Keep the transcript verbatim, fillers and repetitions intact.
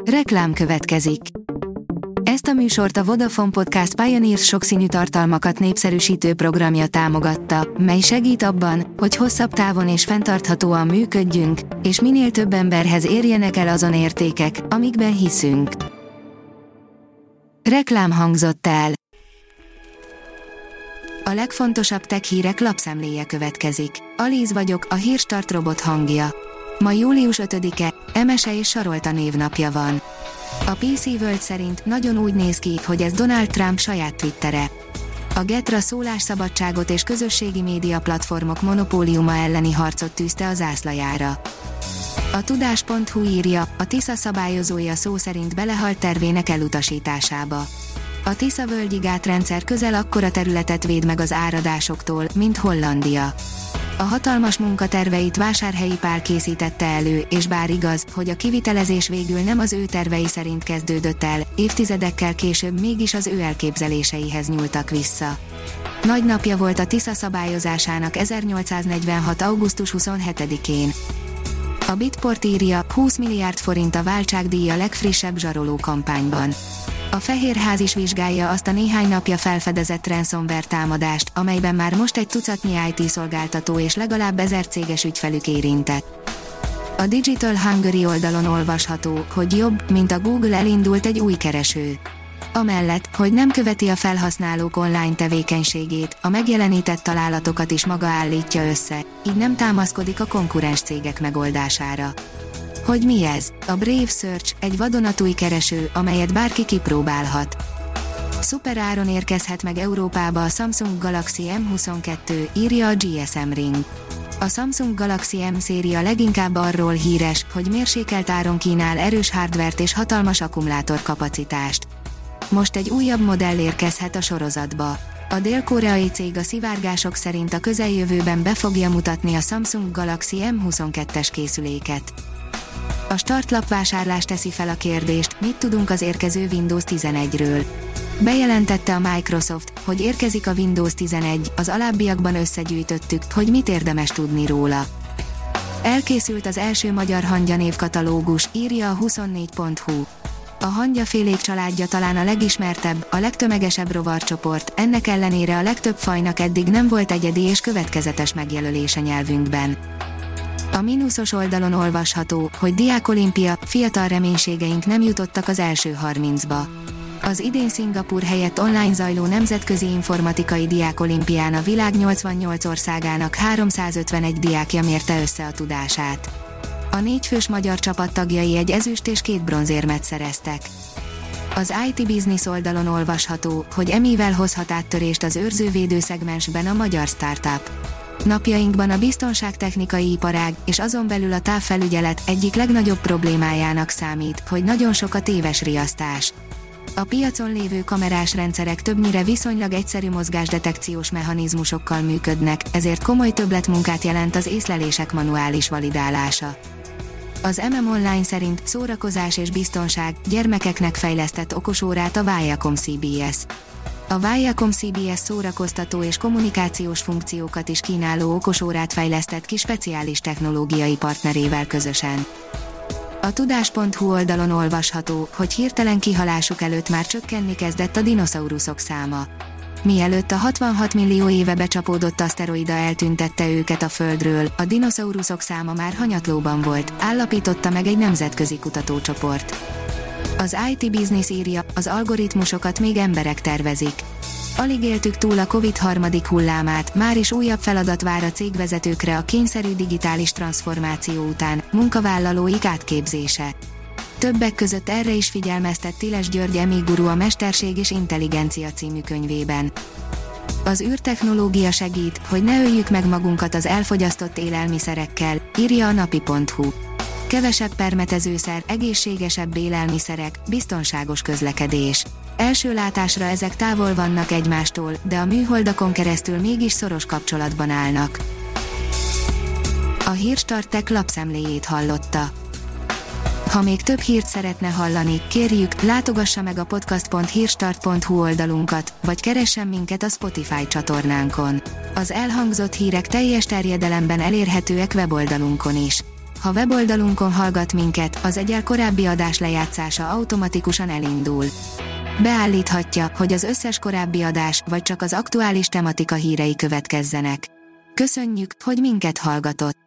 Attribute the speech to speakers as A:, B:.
A: Reklám következik. Ezt a műsort a Vodafone Podcast Pioneers sokszínű tartalmakat népszerűsítő programja támogatta, mely segít abban, hogy hosszabb távon és fenntarthatóan működjünk, és minél több emberhez érjenek el azon értékek, amikben hiszünk. Reklám hangzott el. A legfontosabb tech hírek lapszemléje következik. Alíz vagyok, a Hírstart robot hangja. Ma július ötödike, Emese és Sarolta névnapja van. A pé cé World szerint nagyon úgy néz ki, hogy ez Donald Trump saját Twittere. A Getra szólásszabadságot és közösségi média platformok monopóliuma elleni harcot tűzte a zászlajára. A tudás pont hu írja, a Tisza szabályozója szó szerint belehalt tervének elutasításába. A Tisza-völgyi gátrendszer közel akkora területet véd meg az áradásoktól, mint Hollandia. A hatalmas munkaterveit Vásárhelyi Pál készítette elő, és bár igaz, hogy a kivitelezés végül nem az ő tervei szerint kezdődött el, évtizedekkel később mégis az ő elképzeléseihez nyúltak vissza. Nagy napja volt a Tisza szabályozásának ezernyolcszáznegyvenhat. augusztus huszonhetedikén. A Bitport írja, húsz milliárd forint a váltságdíj a legfrissebb zsaroló kampányban. A Fehérház is vizsgálja azt a néhány napja felfedezett ransomware támadást, amelyben már most egy tucatnyi i té szolgáltató és legalább ezer céges ügyfelük érintett. A Digital Hungary oldalon olvasható, hogy jobb, mint a Google elindult egy új kereső. Amellett, hogy nem követi a felhasználók online tevékenységét, a megjelenített találatokat is maga állítja össze, így nem támaszkodik a konkurens cégek megoldására. Hogy mi ez? A Brave Search, egy vadonatúj kereső, amelyet bárki kipróbálhat. Szuper áron érkezhet meg Európába a Samsung Galaxy em huszonkettő, írja a gé es em Ring. A Samsung Galaxy M széria leginkább arról híres, hogy mérsékelt áron kínál erős hardvert és hatalmas akkumulátorkapacitást. Most egy újabb modell érkezhet a sorozatba. A dél-koreai cég a szivárgások szerint a közeljövőben be fogja mutatni a Samsung Galaxy em huszonkettes készüléket. A startlap vásárlás teszi fel a kérdést, mit tudunk az érkező Windows tizenegyről. Bejelentette a Microsoft, hogy érkezik a Windows tizenegy, az alábbiakban összegyűjtöttük, hogy mit érdemes tudni róla. Elkészült az első magyar hangya névkatalógus, írja a huszonnégy pont hu. A hangyafélék családja talán a legismertebb, a legtömegesebb rovarcsoport, ennek ellenére a legtöbb fajnak eddig nem volt egyedi és következetes megjelölése nyelvünkben. A mínuszos oldalon olvasható, hogy diákolimpia, fiatal reménységeink nem jutottak az első harmincba. Az idén Szingapúr helyett online zajló nemzetközi informatikai diákolimpián a világ nyolcvannyolc országának háromszázötvenegy diákja mérte össze a tudását. A négyfős magyar csapat tagjai egy ezüst és két bronzérmet szereztek. Az i té Business oldalon olvasható, hogy emivel hozhat áttörést az őrzővédő szegmensben a magyar startup. Napjainkban a biztonságtechnikai iparág, és azon belül a távfelügyelet egyik legnagyobb problémájának számít, hogy nagyon sok a téves riasztás. A piacon lévő kamerás rendszerek többnyire viszonylag egyszerű mozgásdetekciós mechanizmusokkal működnek, ezért komoly többletmunkát jelent az észlelések manuális validálása. Az em em Online szerint szórakozás és biztonság, gyermekeknek fejlesztett okosórát a Viacom cé bé es. A Viacom cé bé es szórakoztató és kommunikációs funkciókat is kínáló okosórát fejlesztett ki speciális technológiai partnerével közösen. A tudás pont hu oldalon olvasható, hogy hirtelen kihalásuk előtt már csökkenni kezdett a dinoszauruszok száma. Mielőtt a hatvanhat millió éve becsapódott aszteroida eltüntette őket a Földről, a dinoszauruszok száma már hanyatlóban volt, állapította meg egy nemzetközi kutatócsoport. Az i té Business írja, az algoritmusokat még emberek tervezik. Alig éltük túl a Covid harmadik hullámát, már is újabb feladat vár a cégvezetőkre a kényszerű digitális transformáció után, munkavállalóik átképzése. Többek között erre is figyelmeztet Tiles György em i guru a Mesterség és Intelligencia című könyvében. Az űrtechnológia segít, hogy ne öljük meg magunkat az elfogyasztott élelmiszerekkel, írja a napi pont hu. Kevesebb permetezőszer, egészségesebb élelmiszerek, biztonságos közlekedés. Első látásra ezek távol vannak egymástól, de a műholdakon keresztül mégis szoros kapcsolatban állnak. A Hírstart Tech lapszemléjét hallotta. Ha még több hírt szeretne hallani, kérjük, látogassa meg a podcast pont hírstart pont hu oldalunkat, vagy keressen minket a Spotify csatornánkon. Az elhangzott hírek teljes terjedelemben elérhetőek weboldalunkon is. Ha weboldalunkon hallgat minket, az egyel korábbi adás lejátszása automatikusan elindul. Beállíthatja, hogy az összes korábbi adás, vagy csak az aktuális tematika hírei következzenek. Köszönjük, hogy minket hallgatott!